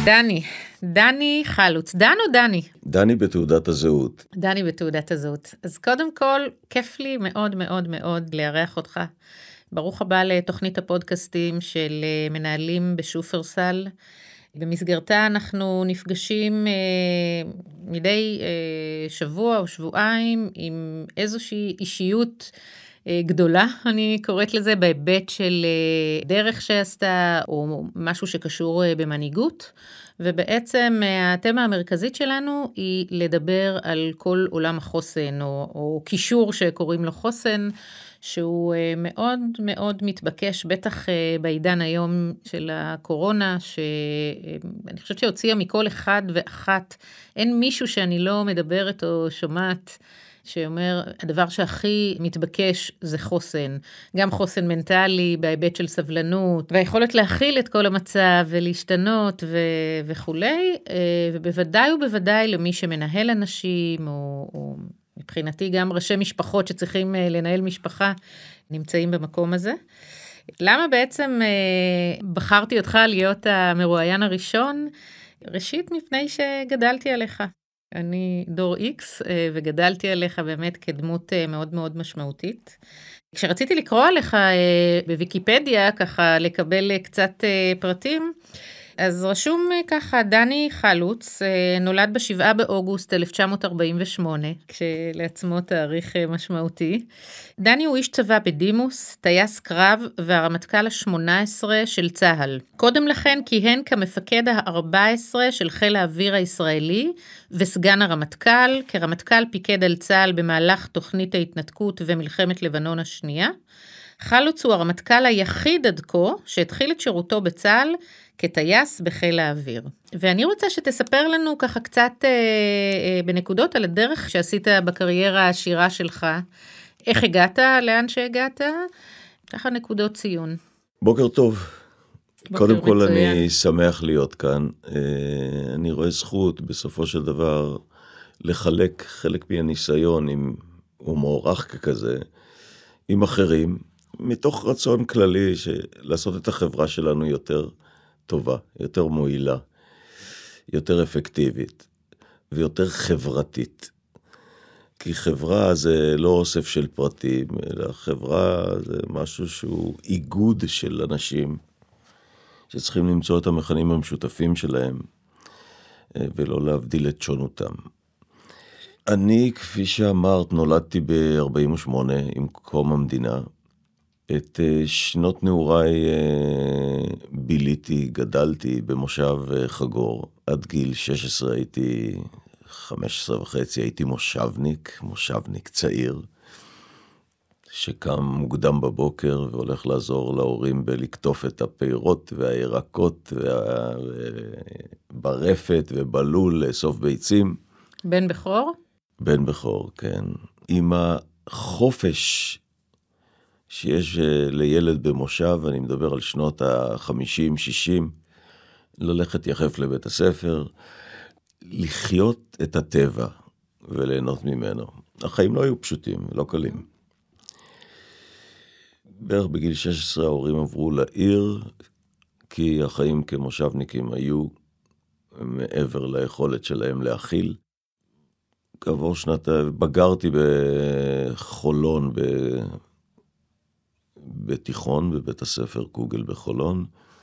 דני חלוץ. דן או דני? דני בתעודת הזהות. דני בתעודת הזהות. אז קודם כל, כיף לי מאוד מאוד מאוד לארח אותך. ברוך הבא לתוכנית הפודקאסטים של מנהלים בשופרסל. במסגרתה אנחנו נפגשים מדי שבוע או שבועיים עם איזושהי אישיות גדולה, אני קוראת לזה, בהיבט של דרך שעשתה, או משהו שקשור במנהיגות, ובעצם התמה המרכזית שלנו היא לדבר על כל עולם החוסן, או קישור שקוראים לו חוסן, שהוא מאוד מאוד מתבקש, בטח בעידן היום של הקורונה, שאני חושבת שהוציאה מכל אחד ואחת, אין מישהו שאני לא מדברת או שומעת, שאומר, הדבר שהכי מתבקש זה חוסן, גם חוסן מנטלי בהיבט של סבלנות, והיכולת להכיל את כל המצב ולהשתנות וכולי, ובוודאי ובוודאי למי שמנהל אנשים, או מבחינתי גם ראשי משפחות שצריכים לנהל משפחה, נמצאים במקום הזה. למה בעצם בחרתי אותך להיות המרואיין הראשון? ראשית מפני שגדלתי עליך. אני דור X וגדלתי עליך באמת כדמות מאוד מאוד משמעותית. כשרציתי לקרוא עליך בוויקיפדיה, ככה לקבל קצת פרטים, אז רשום ככה, דני חלוץ, נולד ב7 באוגוסט 1948, כשלעצמו תאריך משמעותי. דני הוא איש צבא בדימוס, טייס קרב והרמטכ"ל ה-18 של צה"ל. קודם לכן כיהן כמפקד ה-14 של חיל האוויר הישראלי, וסגן הרמטכ"ל, כרמטכ"ל פיקד על צה"ל במהלך תוכנית ההתנתקות ומלחמת לבנון השנייה. חלוץ הוא הרמטכ"ל היחיד עד כה שהתחיל את שירותו בצה"ל כטייס בחיל האוויר. ואני רוצה שתספר לנו ככה קצת בנקודות על הדרך שעשית בקריירה העשירה שלך. איך הגעת, לאן שהגעת? ככה נקודות ציון. בוקר טוב. קודם כל אני שמח להיות כאן. אני רואה זכות בסופו של דבר לחלק חלק מהניסיון, אם הוא מוערך ככזה, עם אחרים, מתוך רצון כללי לעשות את החברה שלנו יותר טובה, יותר מועילה, יותר אפקטיבית ויותר חברתית. כי חברה זה לא אוסף של פרטים, אלא חברה זה משהו שהוא איגוד של אנשים שצריכים למצוא את המכנים המשותפים שלהם ולא להבדיל את שונותם. אני, כפי שאמרת, נולדתי ב-48 עם קום המדינה. את שנות נעוריי ביליתי, גדלתי במושב חגור. עד גיל 16 הייתי, 15 וחצי, הייתי מושבניק צעיר, שקם מוקדם בבוקר והולך לעזור להורים בלקטוף את הפירות והירקות ברפת ובלול לאסוף ביצים. בן בכור? בן בכור, כן. עם החופש שיש לילד במושב, אני מדבר על שנות ה-50-60, ללכת יחף לבית הספר, לחיות את הטבע וליהנות ממנו. החיים לא היו פשוטים, לא קלים. בערך בגיל 16 ההורים עברו לעיר, כי החיים כמושבניקים היו מעבר ליכולת שלהם להכיל. כעבור בגרתי בחולון, בתיכון, בבית הספר קוגל בחולון,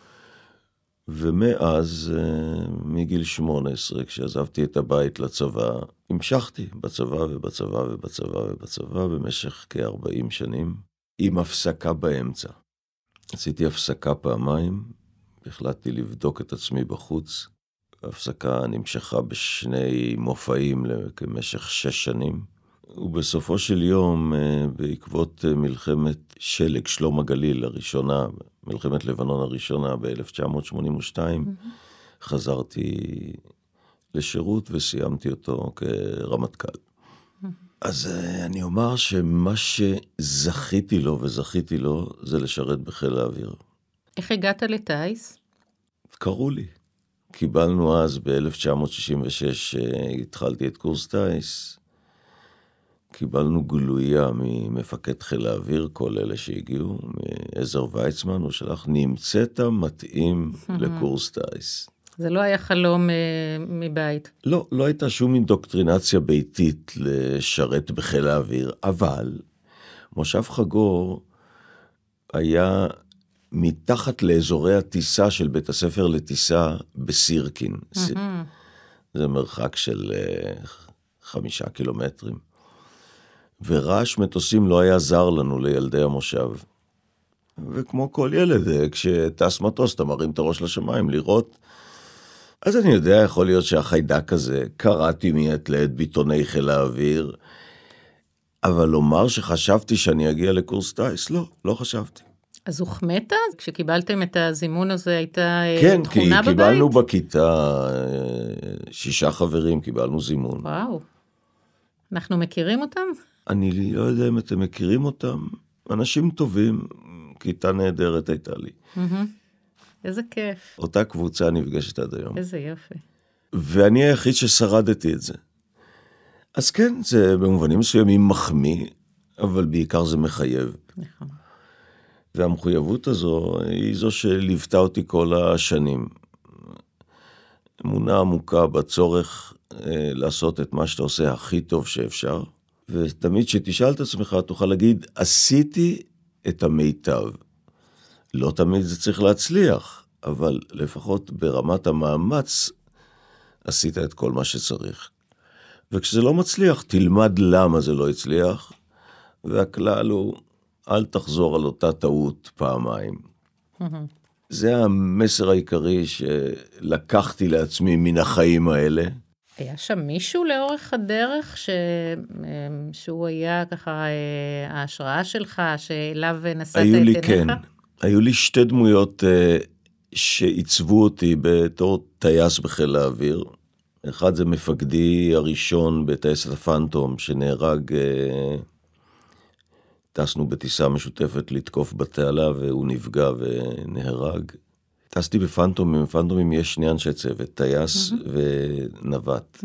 ומאז, מגיל 18, כשעזבתי את הבית לצבא, המשכתי בצבא ובצבא ובצבא ובצבא במשך כ-40 שנים, עם הפסקה באמצע. עשיתי הפסקה פעמיים, החלטתי לבדוק את עצמי בחוץ, ההפסקה נמשכה בשני מופעים כמשך 6 שנים, ובסופו של יום, בעקבות מלחמת שלג, שלום הגליל הראשונה, מלחמת לבנון הראשונה ב-1982, חזרתי לשירות וסיימתי אותו כרמטכ"ל. אז אני אומר שמה שזכיתי לו זה לשרת בחיל האוויר. איך הגעת לטייס? קראו לי. קיבלנו אז ב-1966, התחלתי את קורס טייס, קיבלנו גלויה ממפקד חיל האוויר, כל אלה שהגיעו, מעזר ויצמן, הוא שלח, נמצאת מתאים לקורס טייס. זה לא היה חלום מבית. לא, לא הייתה שום אינדוקטרינציה ביתית לשרת בחיל האוויר, אבל מושב חגור היה מתחת לאזורי הטיסה של בית הספר לטיסה בסירקין. זה מרחק של 5 קילומטרים. ורעש מטוסים לא היה זר לנו לילדי המושב. וכמו כל ילד, כשטס מטוס, אתה מרים את הראש לשמיים לראות. אז אני יודע, יכול להיות שהחיידק הזה, קראתי מעת לעת ביטוני חיל האוויר, אבל לומר שחשבתי שאני אגיע לקורס טייס, לא חשבתי. אז הוחמאת? כשקיבלתם את הזימון הזה, הייתה כן, תכונה בבית? כן, כי קיבלנו בכיתה 6 חברים, קיבלנו זימון. וואו. אנחנו מכירים אותם? אני לא יודע אם אתם מכירים אותם. אנשים טובים, כיתה נהדרת הייתה לי. איזה כיף. אותה קבוצה נפגשת עד היום. איזה יופי. ואני היחיד ששרדתי את זה. אז כן, זה במובנים מסוימים מחמיא, אבל בעיקר זה מחייב. נכון. והמחויבות הזו היא זו שליוותה אותי כל השנים. אמונה עמוקה בצורך לעשות את מה שאתה עושה הכי טוב שאפשר, ותמיד שתשאל את עצמך, תוכל להגיד, עשיתי את המיטב. לא תמיד זה צריך להצליח, אבל לפחות ברמת המאמץ, עשית את כל מה שצריך. וכשזה לא מצליח, תלמד למה זה לא הצליח, והכלל הוא, אל תחזור על אותה טעות פעמיים. זה המסר העיקרי שלקחתי לעצמי מן החיים האלה. היה שם מישהו לאורך הדרך שהוא היה ככה ההשראה שלך, שאליו נשאת את עיניך? כן. היו לי 2 דמויות שעיצבו אותי בתור טייס בחיל האוויר. אחד זה מפקדי הראשון בטייסת הפנטום, שנהרג, טסנו בטיסה משותפת לתקוף בתעלה, והוא נפגע ונהרג. טסתי בפנטומים, בפנטומים יש 2 אנשי צוות, טייס ונווט.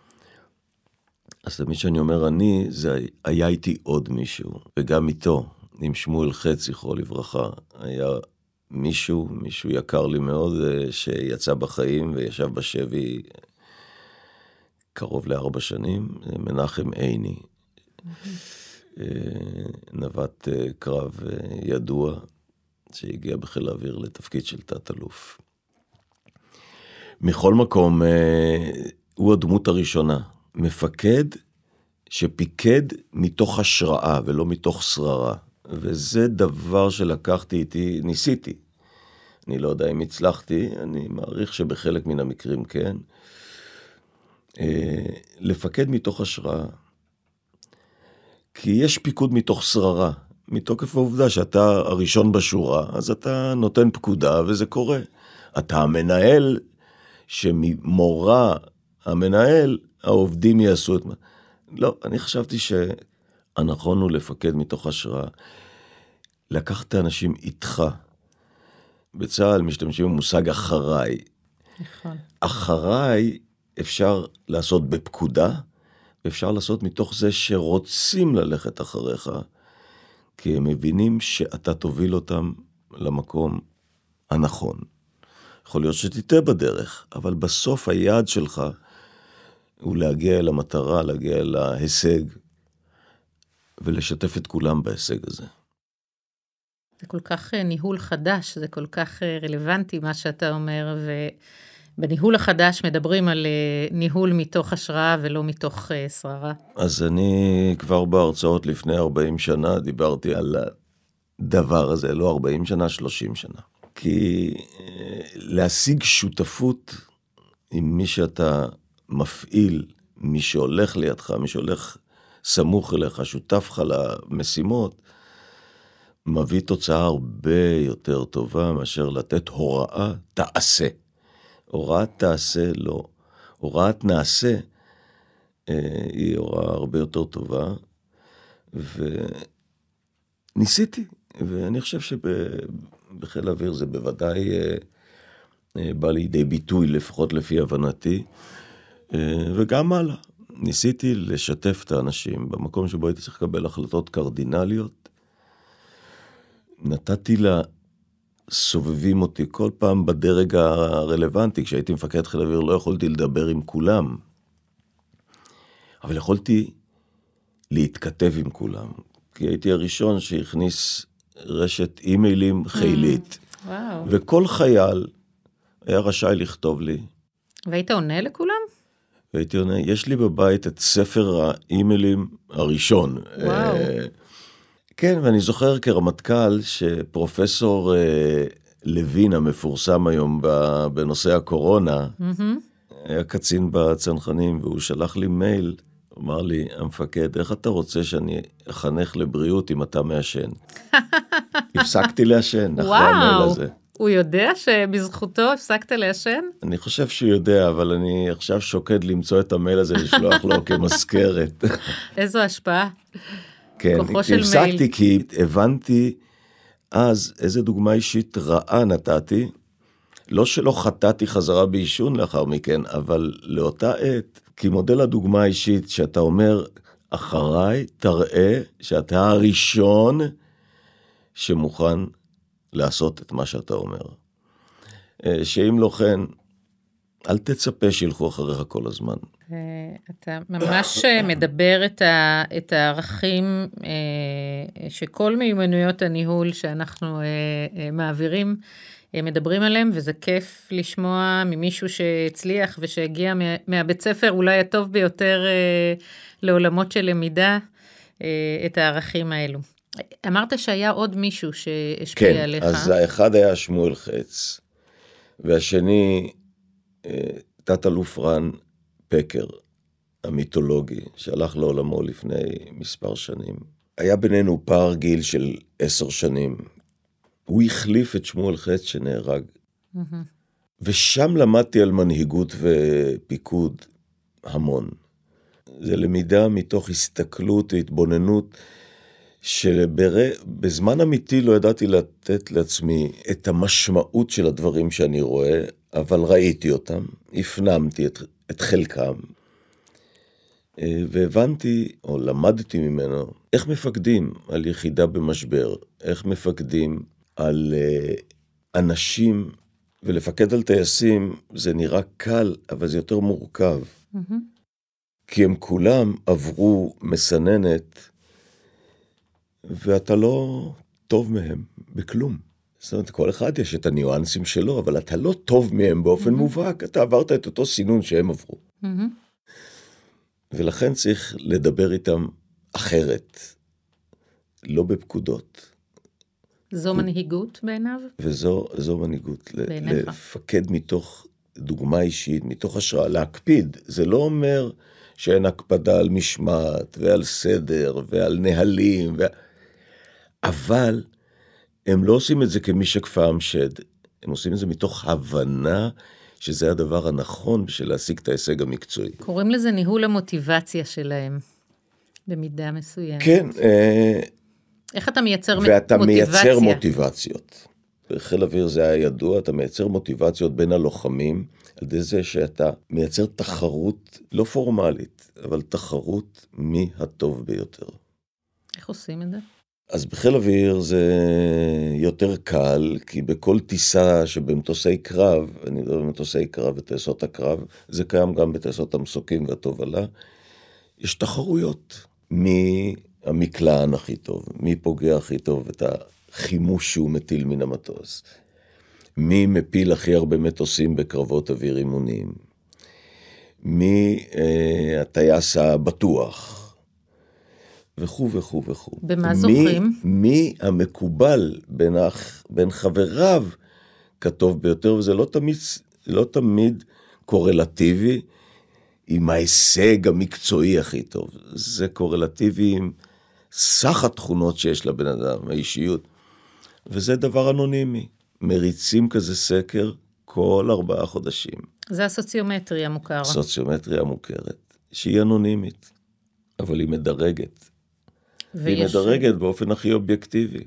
אז תמיד שאני אומר זה היה איתי עוד מישהו, וגם איתו, עם שמואל חץ, זכרו לברכה, היה מישהו יקר לי מאוד, שיצא בחיים וישב בשבי קרוב ל4 שנים, מנחם עיני, נווט קרב ידוע, שהגיע בחיל האוויר לתפקיד של תת-אלוף. מכל מקום, הוא הדמות הראשונה, מפקד שפיקד מתוך השראה ולא מתוך שררה, וזה דבר שלקחתי איתי, ניסיתי. אני לא יודע אם הצלחתי, אני מעריך שבחלק מן המקרים כן. לפקד מתוך השראה, כי יש פיקוד מתוך שררה, מתוקף העובדה שאתה הראשון בשורה, אז אתה נותן פקודה וזה קורה. אתה המנהל, שממורה המנהל, העובדים יעשו את מה. לא, אני חשבתי שהנכון הוא לפקד מתוך השראה. לקחת אנשים איתך. בצה"ל משתמשים במושג אחריי. נכון. אחריי אפשר לעשות בפקודה, ואפשר לעשות מתוך זה שרוצים ללכת אחריך, כי הם מבינים שאתה תוביל אותם למקום הנכון. יכול להיות שתיטה בדרך, אבל בסוף היעד שלך הוא להגיע אל המטרה, להגיע אל ההישג, ולשתף את כולם בהישג הזה. זה כל כך ניהול חדש, זה כל כך רלוונטי מה שאתה אומר, ובניהול החדש מדברים על ניהול מתוך השראה ולא מתוך שררה. אז אני כבר בהרצאות לפני 40 שנה דיברתי על הדבר הזה, לא 40 שנה, 30 שנה. כי להשיג שותפות עם מי שאתה מפעיל, מי שהולך לידך, מי שהולך סמוך אליך, שותף לך למשימות, מביא תוצאה הרבה יותר טובה מאשר לתת הוראה תעשה. הוראת תעשה לא. הוראת נעשה היא הוראה הרבה יותר טובה, וניסיתי, ואני חושב שבחיל האוויר זה בוודאי בא לידי ביטוי, לפחות לפי הבנתי, וגם הלאה. ניסיתי לשתף את האנשים במקום שבו הייתי צריך לקבל החלטות קרדינליות, נתתי סובבים אותי כל פעם בדרג הרלוונטי. כשהייתי מפקד חיל אוויר לא יכולתי לדבר עם כולם, אבל יכולתי להתכתב עם כולם, כי הייתי הראשון שהכניס רשת אימיילים חילית, וואו. וכל חייל היה רשאי לכתוב לי. והיית עונה לכולם? והייתי עונה, יש לי בבית את ספר האימיילים הראשון. וואו. כן, ואני זוכר כרמטכ"ל שפרופסור לוין המפורסם היום בנושא הקורונה, היה קצין בצנחנים, והוא שלח לי מייל, אמר לי, המפקד, איך אתה רוצה שאני אחנך לבריאות אם אתה מעשן? הפסקתי לעשן אחרי המייל הזה. הוא יודע שבזכותו הפסקת לעשן? אני חושב שהוא יודע, אבל אני עכשיו שוקד למצוא את המייל הזה, לשלוח לו כמזכרת. איזו השפעה. כן, הפסקתי כי הבנתי אז איזה דוגמה אישית רעה נתתי, לא שלא חטאתי חזרה בעישון לאחר מכן, אבל לאותה עת, כי מודל הדוגמה האישית שאתה אומר, אחריי תראה שאתה הראשון שמוכן לעשות את מה שאתה אומר. שאם לא כן, אל תצפה שילכו אחריך כל הזמן. אתה ממש מדבר את הערכים שכל מיומנויות הניהול שאנחנו מעבירים, מדברים עליהם, וזה כיף לשמוע ממישהו שהצליח ושהגיע מהבית ספר אולי הטוב ביותר לעולמות של למידה, את הערכים האלו. אמרת שהיה עוד מישהו שהשפיע עליך. כן, אז האחד היה שמואל חץ, והשני תת-אלוף רן פקר, המיתולוגי, שהלך לעולמו לפני מספר שנים. היה בינינו פער גיל של 10 שנים. הוא החליף את שמואל חץ שנהרג. ושם למדתי על מנהיגות ופיקוד המון. זה למידה מתוך הסתכלות והתבוננות, שבזמן אמיתי לא ידעתי לתת לעצמי את המשמעות של הדברים שאני רואה, אבל ראיתי אותם, הפנמתי את חלקם, והבנתי, או למדתי ממנו, איך מפקדים על יחידה במשבר, איך מפקדים על אנשים, ולפקד על טייסים זה נראה קל, אבל זה יותר מורכב. כי הם כולם עברו מסננת, ואתה לא טוב מהם בכלום. זאת אומרת, כל אחד יש את הניואנסים שלו, אבל אתה לא טוב מהם באופן מובהק, אתה עברת את אותו סינון שהם עברו. ולכן צריך לדבר איתם אחרת, לא בפקודות. זו מנהיגות בעיניו? וזו מנהיגות, לפקד מתוך דוגמה אישית, מתוך השראה, להקפיד. זה לא אומר שאין הקפדה על משמעת ועל סדר ועל נהלים, אבל הם לא עושים את זה כמי שכפם שד, הם עושים את זה מתוך הבנה שזה הדבר הנכון בשביל להשיג את ההישג המקצועי. קוראים לזה ניהול המוטיבציה שלהם, במידה מסוימת. כן. איך אתה מייצר מוטיבציה? ואתה מייצר מוטיבציות. בחיל אוויר זה היה ידוע, אתה מייצר מוטיבציות בין הלוחמים, על ידי זה שאתה מייצר תחרות לא פורמלית, אבל תחרות מי הטוב ביותר. איך עושים את זה? אז בחיל אוויר זה יותר קל, כי בכל טיסה שבמטוסי קרב, אני מדבר במטוסי קרב וטייסות הקרב, זה קיים גם בטייסות המסוקים והתובלה, יש תחרויות. מי המקלען הכי טוב, מי פוגע הכי טוב את החימוש שהוא מטיל מן המטוס, מי מפיל הכי הרבה מטוסים בקרבות אוויר אימוניים, מי הטייס הבטוח, וכו' וכו' וכו'. במה זוכרים? מי המקובל בין חבריו כטוב ביותר, וזה לא תמיד קורלטיבי עם ההישג המקצועי הכי טוב. זה קורלטיבי עם סך התכונות שיש לבן אדם, האישיות. וזה דבר אנונימי. מריצים כזה סקר כל 4 חודשים. זה הסוציומטריה המוכר. הסוציומטריה המוכרת, שהיא אנונימית, אבל היא מדרגת. והיא מדרגת באופן הכי אובייקטיבי.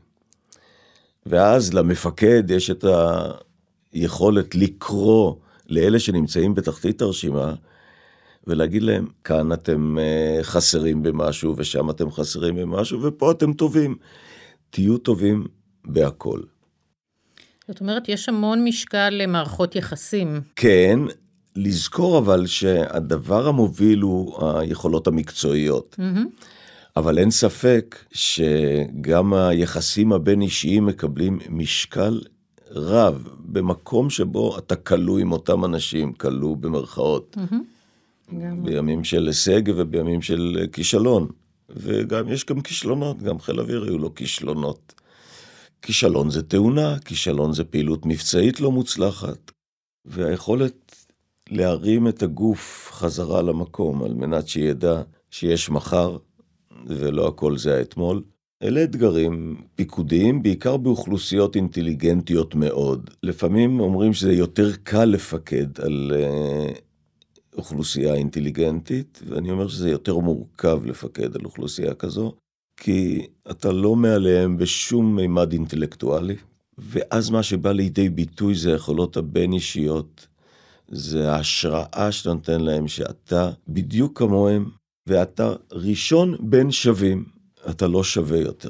ואז למפקד יש את היכולת לקרוא לאלה שנמצאים בתחתית הרשימה, ולהגיד להם, כאן אתם חסרים במשהו, ושם אתם חסרים במשהו, ופה אתם טובים. תהיו טובים בהכל. זאת אומרת, יש המון משקל למערכות יחסים. כן, לזכור אבל שהדבר המוביל הוא היכולות המקצועיות. אבל אין ספק שגם היחסים הבין אישיים מקבלים משקל רב, במקום שבו אתה כלוא עם אותם אנשים, כלוא במרכאות, בימים של הישג ובימים של כישלון. וגם יש גם כישלונות, גם חיל אוויר היו לו כישלונות. כישלון זה תאונה, כישלון זה פעילות מבצעית לא מוצלחת, והיכולת להרים את הגוף חזרה למקום, על מנת שידע שיש מחר, ולא הכל זה האתמול. אלה אתגרים פיקודיים, בעיקר באוכלוסיות אינטליגנטיות מאוד. לפעמים אומרים שזה יותר קל לפקד על אוכלוסייה אינטליגנטית, ואני אומר שזה יותר מורכב לפקד על אוכלוסייה כזו, כי אתה לא מעליהם בשום מימד אינטלקטואלי, ואז מה שבא לידי ביטוי זה היכולות הבין אישיות, זה ההשראה שאתה נותן להם שאתה בדיוק כמוהם, ואתה ראשון בין שווים, אתה לא שווה יותר.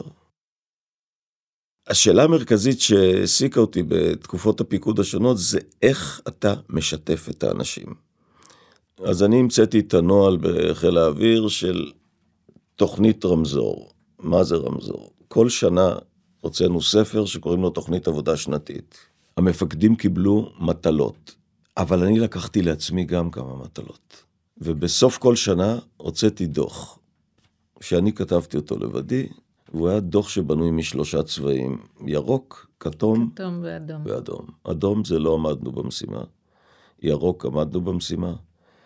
השאלה המרכזית שהעסיקה אותי בתקופות הפיקוד השונות, זה איך אתה משתף את האנשים. אז אני המצאתי את הנוהל בחיל האוויר של תוכנית רמזור. מה זה רמזור? כל שנה הוצאנו ספר שקוראים לו תוכנית עבודה שנתית. המפקדים קיבלו מטלות, אבל אני לקחתי לעצמי גם כמה מטלות. ובסוף כל שנה הוצאתי דוח, שאני כתבתי אותו לבדי, והוא היה דוח שבנוי משלושה צבעים, ירוק, כתום ואדום. אדום זה לא עמדנו במשימה, ירוק עמדנו במשימה,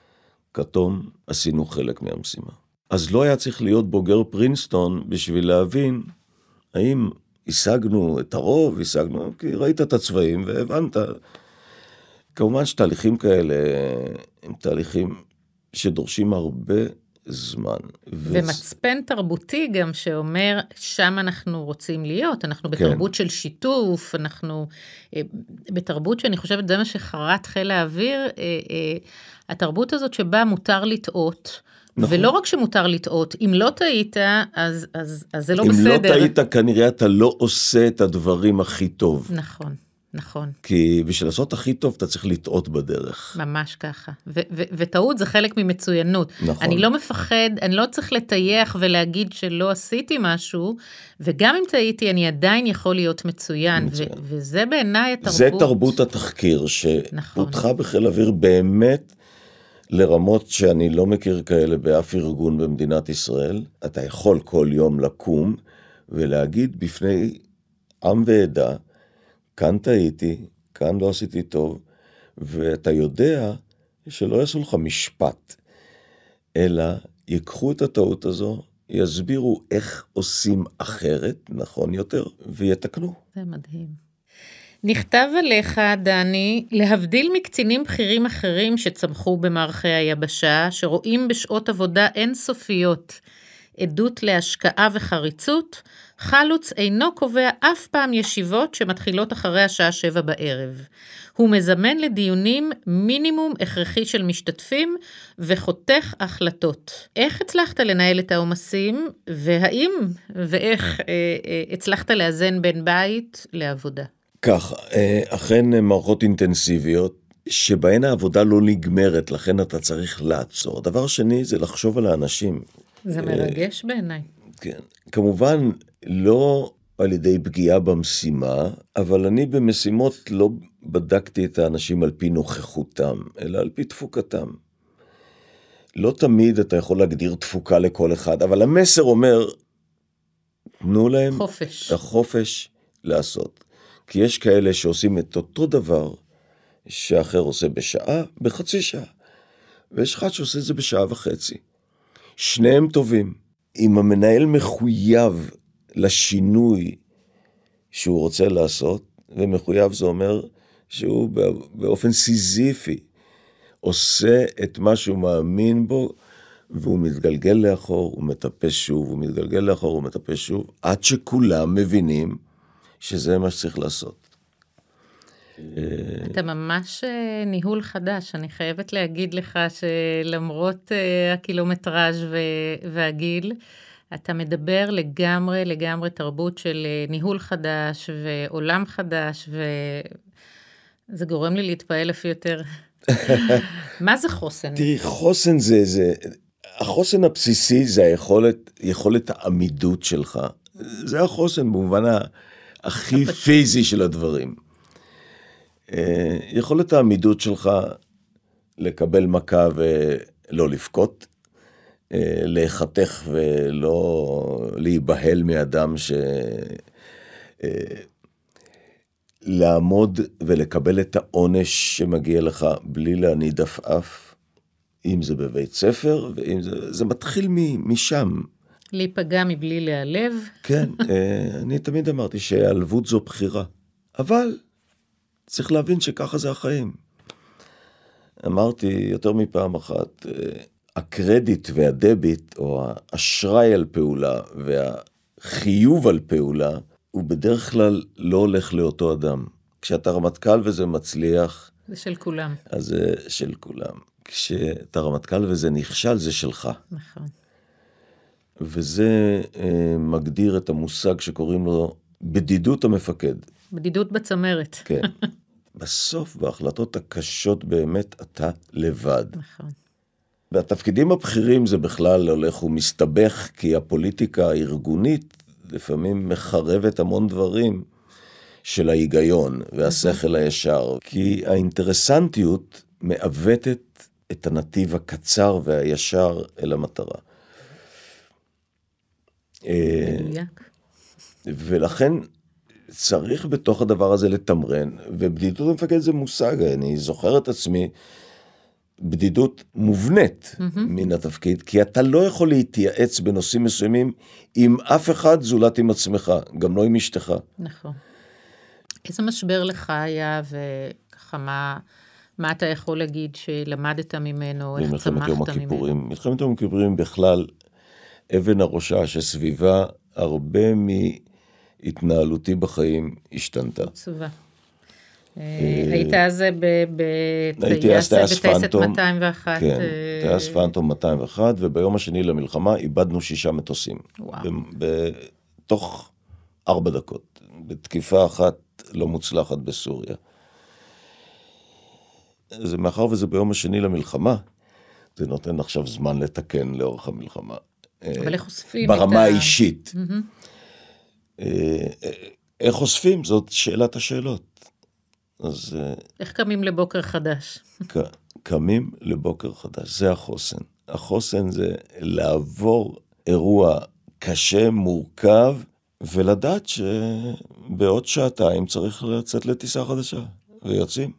כתום עשינו חלק מהמשימה. אז לא היה צריך להיות בוגר פרינסטון בשביל להבין האם השגנו את הרוב, כי ראית את הצבעים והבנת. כמובן שתהליכים כאלה הם תהליכים שדורשים הרבה זמן. ומצפן תרבותי גם שאומר, שם אנחנו רוצים להיות, אנחנו בתרבות של שיתוף, אנחנו בתרבות שאני חושבת, זה מה שחרת חיל האוויר, התרבות הזאת שבה מותר לטעות, ולא רק שמותר לטעות, אם לא טעית, אז זה לא בסדר. אם לא טעית, כנראה אתה לא עושה את הדברים הכי טוב. נכון. נכון. כי בשביל לעשות הכי טוב, אתה צריך לטעות בדרך. ממש ככה. וטעות זה חלק ממצוינות. נכון. אני לא מפחד, אני לא צריך לטייח ולהגיד שלא עשיתי משהו, וגם אם טעיתי, אני עדיין יכול להיות מצוין. וזה בעיניי התרבות. זה תרבות התחקיר, שפותחה בחיל אוויר באמת, לרמות שאני לא מכיר כאלה באף ארגון במדינת ישראל. אתה יכול כל יום לקום, ולהגיד בפני עם ועדה, כאן טעיתי, כאן לא עשיתי טוב, ואתה יודע שלא יעשו לך משפט, אלא ייקחו את הטעות הזו, יסבירו איך עושים אחרת, נכון יותר, ויתקנו. זה מדהים. נכתב עליך, דני, להבדיל מקצינים בכירים אחרים שצמחו במערכי היבשה, שרואים בשעות עבודה אינסופיות, עדות להשקעה וחריצות, חלוץ אינו קובע אף פעם ישיבות שמתחילות אחרי השעה 7 בערב. הוא מזמן לדיונים מינימום הכרחי של משתתפים וחותך החלטות. איך הצלחת לנהל את העומסים, והאם ואיך הצלחת לאזן בין בית לעבודה? כך, אכן מערכות אינטנסיביות, שבהן העבודה לא נגמרת, לכן אתה צריך לעצור. דבר שני זה לחשוב על האנשים. זה מרגש בעיניי. כן, כמובן לא על ידי פגיעה במשימה, אבל אני במשימות לא בדקתי את האנשים על פי נוכחותם, אלא על פי תפוקתם. לא תמיד אתה יכול להגדיר תפוקה לכל אחד, אבל המסר אומר, תנו להם חופש. החופש לעשות. כי יש כאלה שעושים את אותו דבר, שאחר עושה בשעה, בחצי שעה. ויש אחד שעושה את זה בשעה וחצי. שניהם טובים. אם המנהל מחויב לשינוי שהוא רוצה לעשות, ומחויב זה אומר שהוא באופן סיזיפי עושה את מה שהוא מאמין בו, והוא מתגלגל לאחור, הוא מטפש שוב, הוא מתגלגל לאחור, הוא מטפש שוב, עד שכולם מבינים שזה מה שצריך לעשות. אתה ממש ניהול חדש, אני חייבת להגיד לך שלמרות הקילומטראז' והגיל, אתה מדבר לגמרי תרבות של ניהול חדש ועולם חדש, וזה גורם לי להתפעל לפי יותר. מה זה חוסן? תראי, חוסן החוסן הבסיסי זה יכולת העמידות שלך. זה החוסן במובן הכי פיזי של הדברים. יכולת העמידות שלך לקבל מכה ולא לבכות, להיחתך ולא להיבהל מאדם לעמוד ולקבל את העונש שמגיע לך בלי להניד עפעף, אם זה בבית ספר, ואם זה מתחיל משם. להיפגע מבלי להיעלב. כן, אני תמיד אמרתי שהעלבות זו בחירה, אבל צריך להבין שככה זה החיים. אמרתי יותר מפעם אחת, הקרדיט והדביט, או האשראי על פעולה, והחיוב על פעולה, הוא בדרך כלל לא הולך לאותו אדם. כשאתה רמטכ"ל וזה מצליח, זה של כולם. אז זה של כולם. כשאתה רמטכ"ל וזה נכשל, זה שלך. נכון. וזה מגדיר את המושג שקוראים לו בדידות המפקד. בדידות בצמרת. כן. בסוף, בהחלטות הקשות באמת, אתה לבד. נכון. והתפקידים הבכירים זה בכלל הולך ומסתבך, כי הפוליטיקה הארגונית לפעמים מחרבת המון דברים של ההיגיון והשכל הישר, כי האינטרסנטיות מעוותת את הנתיב הקצר והישר אל המטרה. ולכן צריך בתוך הדבר הזה לתמרן, ובדידות המפקד זה מושג, אני זוכר את עצמי, בדידות מובנית מן התפקיד, כי אתה לא יכול להתייעץ בנושאים מסוימים עם אף אחד זולת עם עצמך, גם לא עם אשתך. נכון. איזה משבר לך היה, וככה מה אתה יכול להגיד שלמדת ממנו, איך צמחת ממנו? מלחמת יום הכיפורים בכלל, אבן הראשה שסביבה הרבה מהתנהלותי בחיים השתנתה. עצובה. היית אז בטייסת 201. כן, טייס פנטום 201, וביום השני למלחמה איבדנו 6 מטוסים. וואו. בתוך 4 דקות, בתקיפה אחת לא מוצלחת בסוריה. זה מאחר וזה ביום השני למלחמה, זה נותן עכשיו זמן לתקן לאורך המלחמה. אבל איך חושפים ברמה האישית. איך חושפים? זאת שאלת השאלות. אז איך קמים לבוקר חדש? קמים לבוקר חדש, זה החוסן. החוסן זה לעבור אירוע קשה, מורכב, ולדעת שבעוד שעתיים צריך לצאת לטיסה חדשה, ויוצאים.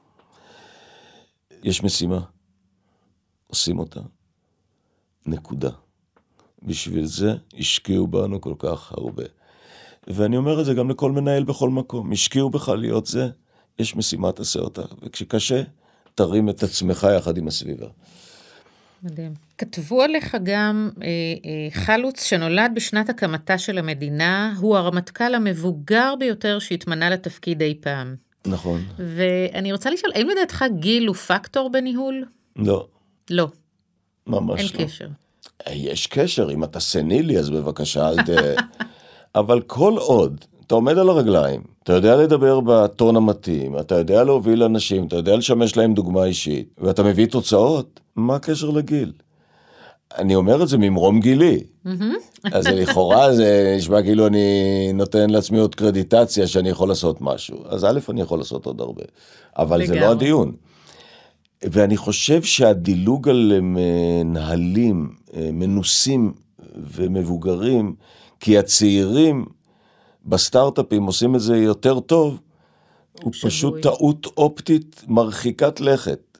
יש משימה, עושים אותה, נקודה. בשביל זה השקיעו בנו כל כך הרבה. ואני אומר את זה גם לכל מנהל בכל מקום, השקיעו בך להיות זה, יש משימה, תעשה אותה, וכשקשה, תרים את עצמך יחד עם הסביבה. מדהים. כתבו עליך גם חלוץ שנולד בשנת הקמתה של המדינה, הוא הרמטכ"ל המבוגר ביותר שהתמנה לתפקיד אי פעם. נכון. ואני רוצה לשאול, האם לדעתך גיל הוא פקטור בניהול? לא. לא. ממש אין לא. קשר. יש קשר, אם אתה סנילי, אז בבקשה, אבל כל עוד אתה עומד על הרגליים, אתה יודע לדבר בטון המתאים, אתה יודע להוביל אנשים, אתה יודע לשמש להם דוגמה אישית, ואתה מביא תוצאות, מה הקשר לגיל? אני אומר את זה ממרום גילי. אז לכאורה זה נשמע כאילו אני נותן לעצמי עוד קרדיטציה שאני יכול לעשות משהו. אז א', אני יכול לעשות עוד הרבה. אבל זה לא הדיון. ואני חושב שהדילוג על מנהלים, מנוסים ומבוגרים, כי הצעירים בסטארט-אפים עושים את זה יותר טוב, הוא פשוט טעות אופטית מרחיקת לכת.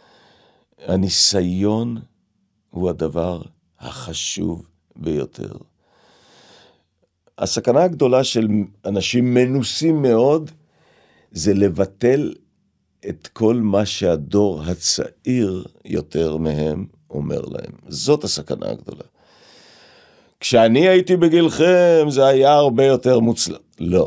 הניסיון הוא הדבר החשוב ביותר. הסכנה הגדולה של אנשים מנוסים מאוד, זה לבטל את כל מה שהדור הצעיר יותר מהם אומר להם. זאת הסכנה הגדולה. כשאני הייתי בגילכם, זה היה הרבה יותר מוצלח. לא.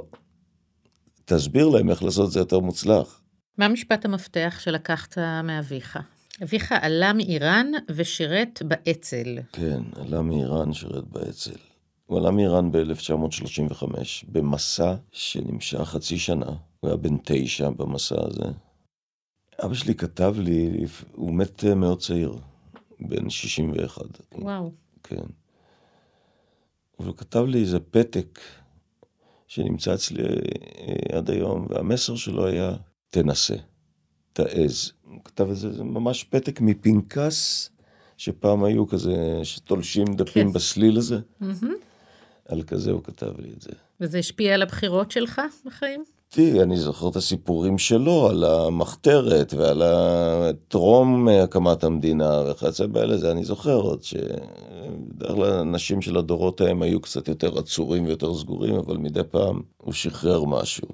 תסביר להם איך לעשות זה יותר מוצלח. מה משפט המפתח שלקחת מאביך? אביך עלה מאיראן ושירת באצ"ל. כן, עלה מאיראן, שירת באצ"ל. הוא עלה מאיראן ב-1935, במסע שנמשך חצי שנה. הוא היה בן 9 במסע הזה. אבא שלי כתב לי, הוא מת מאוד צעיר, בן 61. וואו. כן. והוא כתב לי איזה פתק שנמצא אצלי עד היום, והמסר שלו היה, תנסה, תעז. הוא כתב את זה, זה ממש פתק מפנקס, שפעם היו כזה, שתולשים דפים בסליל הזה. על כזה הוא כתב לי את זה. וזה השפיע על הבחירות שלך בחיים? אני זוכר את הסיפורים שלו על המחתרת ועל הטרום הקמת המדינה וכיוצא באלה, זה אני זוכר עוד שבדרך כלל האנשים של הדורות ההם היו קצת יותר עצורים ויותר סגורים, אבל מדי פעם הוא שחרר משהו.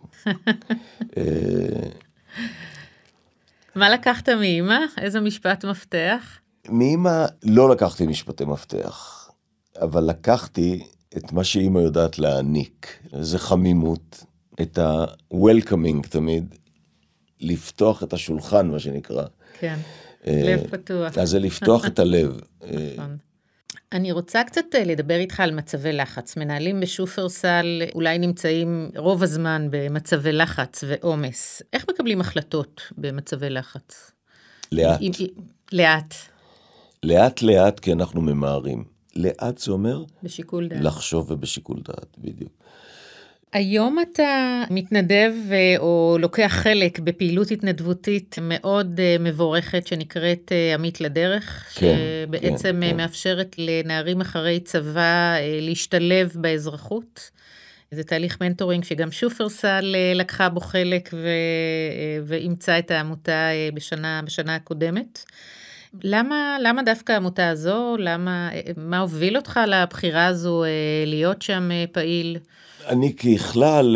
מה לקחת מאמא? איזה משפט מפתח? מאמא לא לקחתי משפטי מפתח, אבל לקחתי את מה שאמא יודעת להעניק, זה חמימות. את ה-welcoming תמיד, לפתוח את השולחן, מה שנקרא. כן, לב פתוח. אז זה לפתוח את הלב. נכון. אני רוצה קצת לדבר איתך על מצבי לחץ. מנהלים בשופרסל אולי נמצאים רוב הזמן במצבי לחץ ועומס. איך מקבלים החלטות במצבי לחץ? לאט. לאט. לאט, כי אנחנו ממהרים. לאט זה אומר? בשיקול דעת. לחשוב ובשיקול דעת, בדיוק. היום אתה מתנדב או לוקח חלק בפעילות התנדבותית מאוד מבורכת שנקראת עמית לדרך, כן, שבעצם כן. מאפשרת לנערים אחרי צבא להשתלב באזרחות. זה תהליך מנטורינג שגם שופרסל לקחה בו חלק ואימצה את העמותה בשנה הקודמת. למה דווקא העמותה הזו? מה הוביל אותך לבחירה הזו להיות שם פעיל? אני ככלל,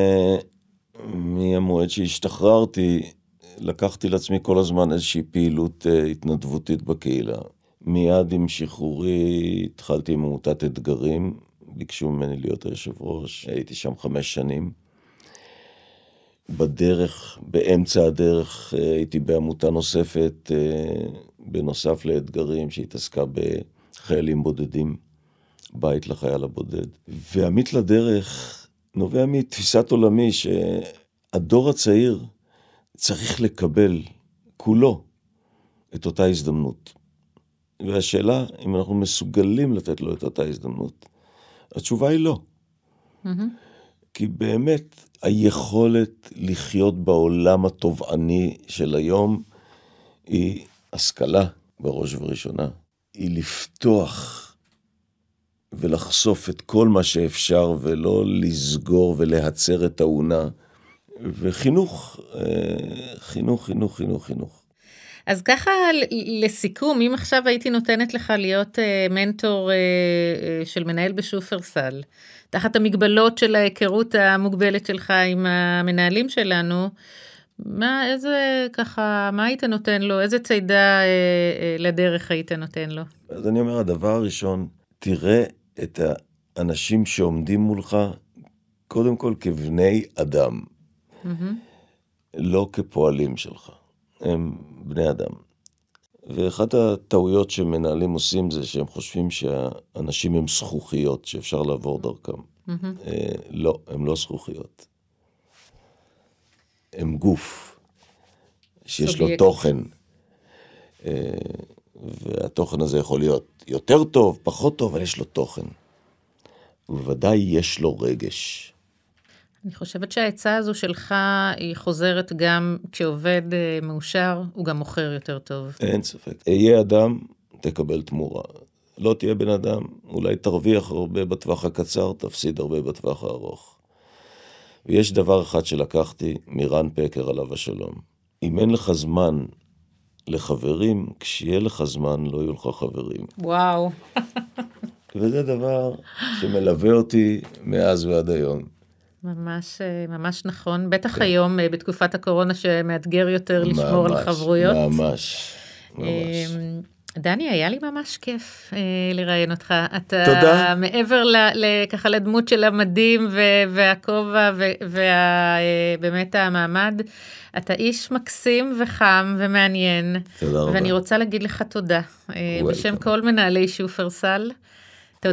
מהמועד שהשתחררתי, לקחתי לעצמי כל הזמן איזושהי פעילות התנדבותית בקהילה. מיד עם שחרורי התחלתי עם עמותת אתגרים, ביקשו ממני להיות היושב ראש, הייתי שם 5 שנים. באמצע הדרך הייתי בעמותה נוספת, בנוסף לאתגרים שהתעסקה בחיילים בודדים. בית לחייל הבודד. ועמית לדרך נובע מתפיסת עולמי שהדור הצעיר צריך לקבל כולו את אותה הזדמנות. והשאלה, אם אנחנו מסוגלים לתת לו את אותה הזדמנות, התשובה היא לא. כי באמת היכולת לחיות בעולם התובעני של היום היא השכלה בראש ובראשונה. היא לפתוח ולחשוף את כל מה שאפשר, ולא לסגור ולהצר את העונה. וחינוך, חינוך. אז ככה לסיכום, אם עכשיו הייתי נותנת לך להיות מנטור של מנהל בשופרסל, תחת המגבלות של ההיכרות המוגבלת שלך עם המנהלים שלנו, מה היית נותן לו? איזה צעידה לדרך היית נותן לו? אז אני אומר, הדבר הראשון, תראה את האנשים שעומדים מולך, קודם כל כבני אדם, לא כפועלים שלך, הם בני אדם. ואחת הטעויות שמנהלים עושים זה שהם חושבים שהאנשים הם זכוכיות, שאפשר לעבור דרכם. לא, הם לא זכוכיות. הם גוף, שיש לו תוכן, והתוכן הזה יכול להיות יותר טוב, פחות טוב, אבל יש לו תוכן. ובוודאי יש לו רגש. אני חושבת שהעצה הזו שלך היא חוזרת גם כשעובד מאושר, הוא גם מוכר יותר טוב. אין ספק. יהיה אדם, תקבל תמורה. לא תהיה בן אדם, אולי תרוויח הרבה בטווח הקצר, תפסיד הרבה בטווח הארוך. ויש דבר אחד שלקחתי מרן פקר עליו השלום. אם אין לך זמן לחברים, כשיהיה לך זמן לא יהיו לך חברים. וואו. וזה דבר שמלווה אותי מאז ועד היום. ממש נכון. בטח היום, בתקופת הקורונה, שמאתגר יותר לשמור על חברויות. ממש. דני, היה לי ממש כיף לראיין אותך. אתה תודה. מעבר ככה לדמות של המדים והכובע ובאמת המעמד, אתה איש מקסים וחם ומעניין. תודה רבה. ואני רוצה להגיד לך תודה. בשם כל מנהלי שופרסל.